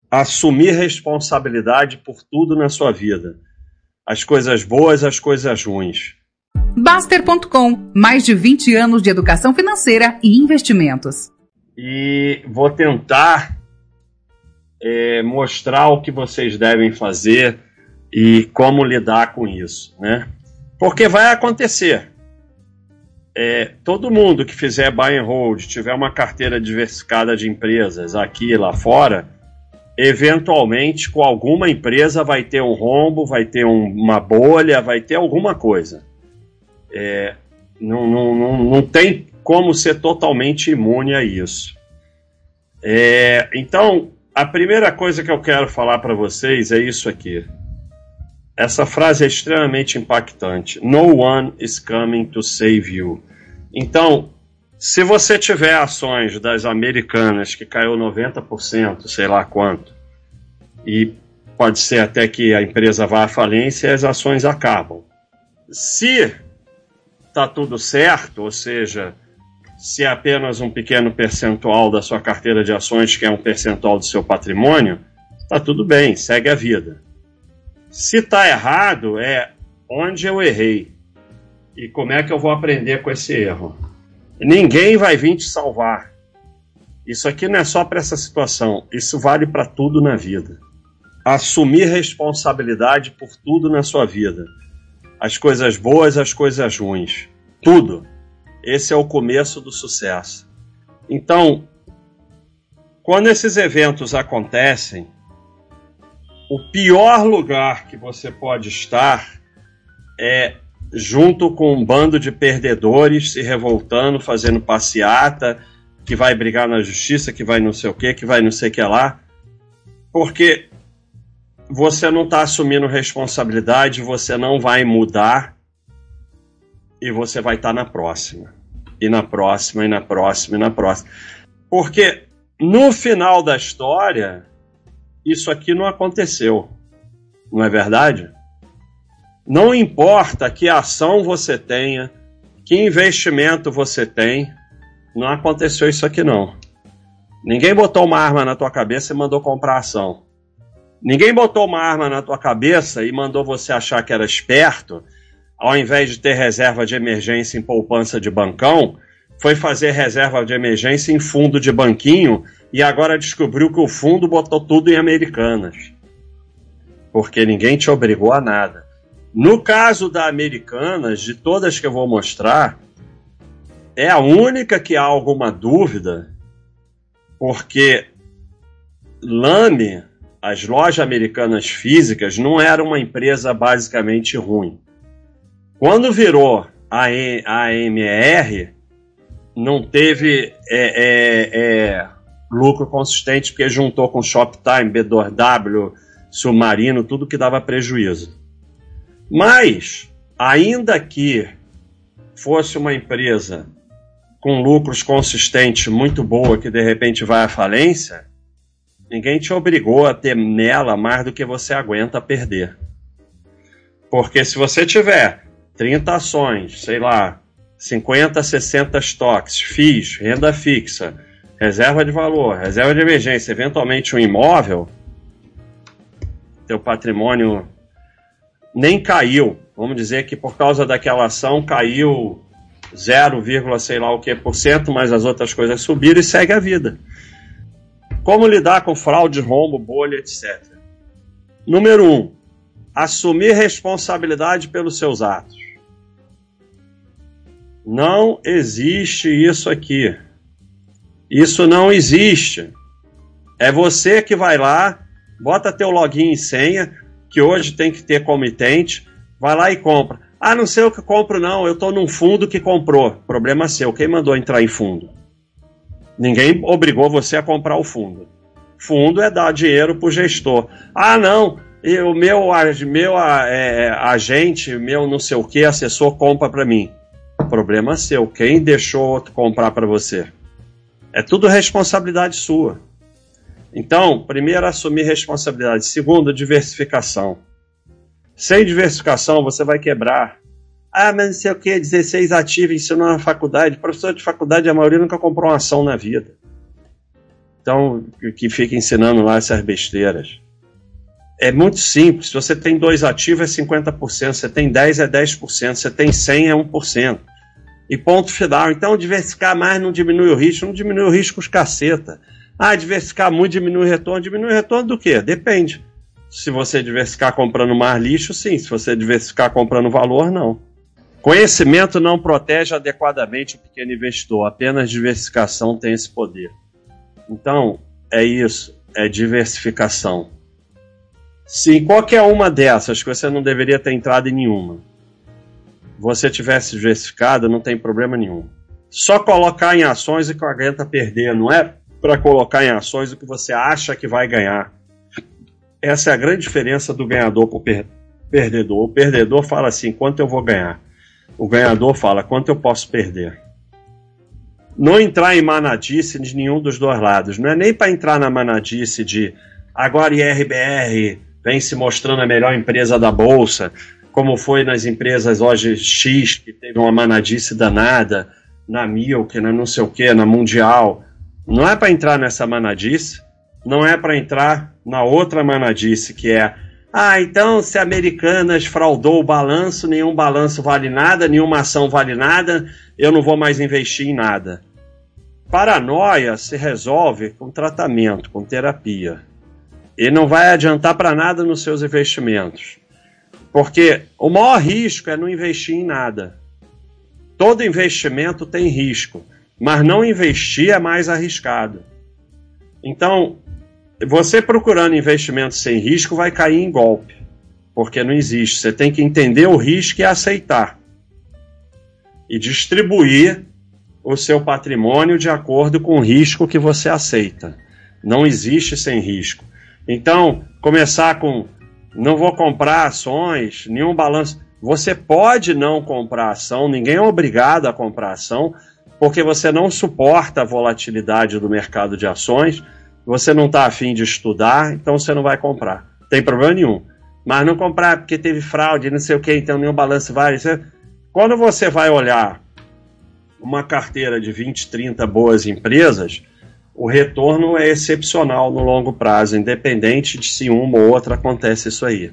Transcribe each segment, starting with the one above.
assumir responsabilidade por tudo na sua vida. As coisas boas, as coisas ruins. Baster.com, mais de 20 anos de educação financeira e investimentos. E vou tentar mostrar o que vocês devem fazer e como lidar com isso, né? Porque vai acontecer. Todo mundo que fizer buy and hold, tiver uma carteira diversificada de empresas aqui e lá fora, eventualmente com alguma empresa vai ter um rombo, vai ter uma bolha, vai ter alguma coisa. Não tem como ser totalmente imune a isso. Então, a primeira coisa que eu quero falar para vocês é isso aqui. Essa frase é extremamente impactante. No one is coming to save you. Então, se você tiver ações das Americanas que caiu 90%, sei lá quanto, e pode ser até que a empresa vá à falência e as ações acabam. Se está tudo certo, ou seja, se é apenas um pequeno percentual da sua carteira de ações, que é um percentual do seu patrimônio, está tudo bem, segue a vida. Se está errado, é onde eu errei e como é que eu vou aprender com esse erro. Ninguém vai vir te salvar. Isso aqui não é só para essa situação, isso vale para tudo na vida. Assumir responsabilidade por tudo na sua vida. As coisas boas, as coisas ruins. Tudo. Esse é o começo do sucesso. Então, quando esses eventos acontecem, o pior lugar que você pode estar é junto com um bando de perdedores se revoltando, fazendo passeata, que vai brigar na justiça, que vai não sei o que vai não sei o que lá, porque você não está assumindo responsabilidade, você não vai mudar e você vai estar na próxima. E na próxima, e na próxima, e na próxima. Porque no final da história, isso aqui não aconteceu. Não é verdade? Não importa que ação você tenha, que investimento você tem, não aconteceu isso aqui não. Ninguém botou uma arma na tua cabeça e mandou comprar ação. Ninguém botou uma arma na tua cabeça e mandou você achar que era esperto, ao invés de ter reserva de emergência em poupança de bancão, foi fazer reserva de emergência em fundo de banquinho e agora descobriu que o fundo botou tudo em Americanas. Porque ninguém te obrigou a nada. No caso da Americanas, de todas que eu vou mostrar, é a única que há alguma dúvida, porque Lame, as lojas americanas físicas, não era uma empresa basicamente ruim. Quando virou a AMR, não teve lucro consistente, porque juntou com Shoptime, B2W, Submarino, tudo que dava prejuízo. Mas, ainda que fosse uma empresa com lucros consistentes muito boa, que de repente vai à falência, ninguém te obrigou a ter nela mais do que você aguenta perder. Porque se você tiver 30 ações, sei lá, 50, 60 estoques, FIIs, renda fixa, reserva de valor, reserva de emergência, eventualmente um imóvel, teu patrimônio nem caiu. Vamos dizer que por causa daquela ação caiu 0, sei lá o que por cento, mas as outras coisas subiram e segue a vida. Como lidar com fraude, rombo, bolha, etc. Número 1. Assumir responsabilidade pelos seus atos. Não existe isso aqui. Isso não existe. É você que vai lá, bota teu login e senha, que hoje tem que ter comitente, vai lá e compra. Ah, não sei o que compro não, eu estou num fundo que comprou. Problema seu, quem mandou entrar em fundo? Ninguém obrigou você a comprar o fundo. Fundo é dar dinheiro para o gestor. Ah, não, o meu agente, meu não sei o que, assessor compra para mim. Problema seu, quem deixou outro comprar para você? É tudo responsabilidade sua. Então, primeiro, assumir responsabilidade. Segundo, diversificação. Sem diversificação, você vai quebrar. Ah, mas não sei o que, 16 ativos, ensinou na faculdade. Professor de faculdade, a maioria nunca comprou uma ação na vida. Então, que fica ensinando lá essas besteiras. É muito simples. Se você tem 2 ativos, é 50%. Se você tem 10, é 10%. Se você tem 100, é 1%. E ponto final. Então, diversificar mais não diminui o risco. Não diminui o risco os caceta. Diversificar muito diminui o retorno. Diminui o retorno do quê? Depende. Se você diversificar comprando mais lixo, sim. Se você diversificar comprando valor, não. Conhecimento não protege adequadamente o pequeno investidor. Apenas diversificação tem esse poder. Então, é isso. É diversificação. Se em qualquer uma dessas, que você não deveria ter entrado em nenhuma, você tivesse diversificado, não tem problema nenhum. Só colocar em ações o que aguenta perder. Não é para colocar em ações o que você acha que vai ganhar. Essa é a grande diferença do ganhador para o perdedor. O perdedor fala assim, quanto eu vou ganhar? O ganhador fala, quanto eu posso perder? Não entrar em manadice de nenhum dos dois lados. Não é nem para entrar na manadice de agora IRBR vem se mostrando a melhor empresa da Bolsa, como foi nas empresas hoje X, que teve uma manadice danada, na Milk, na não sei o que, na Mundial. Não é para entrar nessa manadice, não é para entrar na outra manadice, que é então se Americanas fraudou o balanço, nenhum balanço vale nada, nenhuma ação vale nada, eu não vou mais investir em nada. Paranoia se resolve com tratamento, com terapia. E não vai adiantar para nada nos seus investimentos. Porque o maior risco é não investir em nada. Todo investimento tem risco, mas não investir é mais arriscado. Então, você procurando investimento sem risco vai cair em golpe, porque não existe. Você tem que entender o risco e aceitar. E distribuir o seu patrimônio de acordo com o risco que você aceita. Não existe sem risco. Então, começar com não vou comprar ações, nenhum balanço. Você pode não comprar ação, ninguém é obrigado a comprar ação, porque você não suporta a volatilidade do mercado de ações, você não está afim de estudar, então você não vai comprar. Não tem problema nenhum. Mas não comprar porque teve fraude, não sei o que, então nenhum balanço vale. Quando você vai olhar uma carteira de 20, 30 boas empresas, o retorno é excepcional no longo prazo, independente de se uma ou outra acontece isso aí.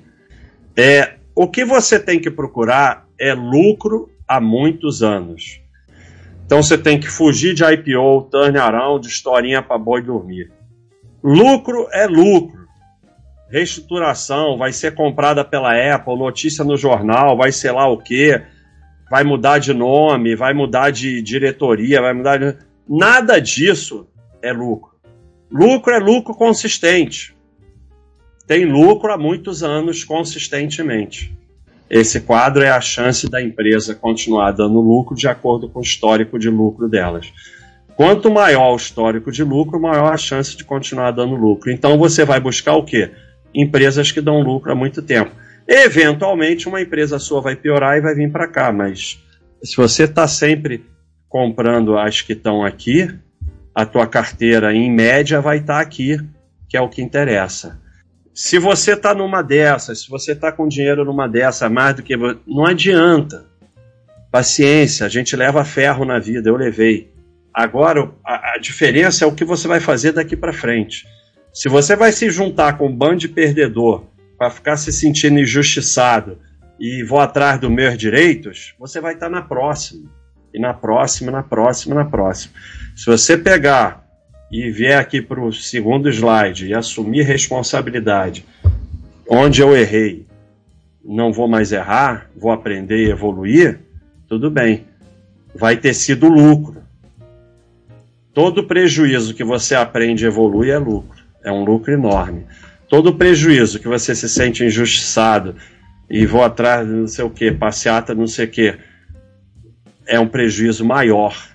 O que você tem que procurar é lucro há muitos anos. Então você tem que fugir de IPO, turnaround, historinha para boi dormir. Lucro é lucro. Reestruturação, vai ser comprada pela Apple, notícia no jornal, vai ser lá o quê, vai mudar de nome, vai mudar de diretoria, vai mudar de... Nada disso é lucro. Lucro é lucro consistente. Tem lucro há muitos anos consistentemente. Esse quadro é a chance da empresa continuar dando lucro de acordo com o histórico de lucro delas. Quanto maior o histórico de lucro, maior a chance de continuar dando lucro. Então você vai buscar o quê? Empresas que dão lucro há muito tempo. Eventualmente uma empresa sua vai piorar e vai vir para cá, mas se você está sempre comprando as que estão aqui, a tua carteira, em média, vai estar aqui, que é o que interessa. Se você está numa dessas, se você está com dinheiro numa dessa, mais do que... Não adianta. Paciência, a gente leva ferro na vida, eu levei. Agora, a diferença é o que você vai fazer daqui para frente. Se você vai se juntar com um bando de perdedor para ficar se sentindo injustiçado e vou atrás dos meus direitos, você vai estar na próxima. E na próxima, na próxima, na próxima. Se você pegar e vier aqui para o segundo slide e assumir responsabilidade, onde eu errei, não vou mais errar, vou aprender e evoluir, tudo bem. Vai ter sido lucro. Todo prejuízo que você aprende e evolui é lucro. É um lucro enorme. Todo prejuízo que você se sente injustiçado e vou atrás de não sei o que, passeata não sei o que, é um prejuízo maior.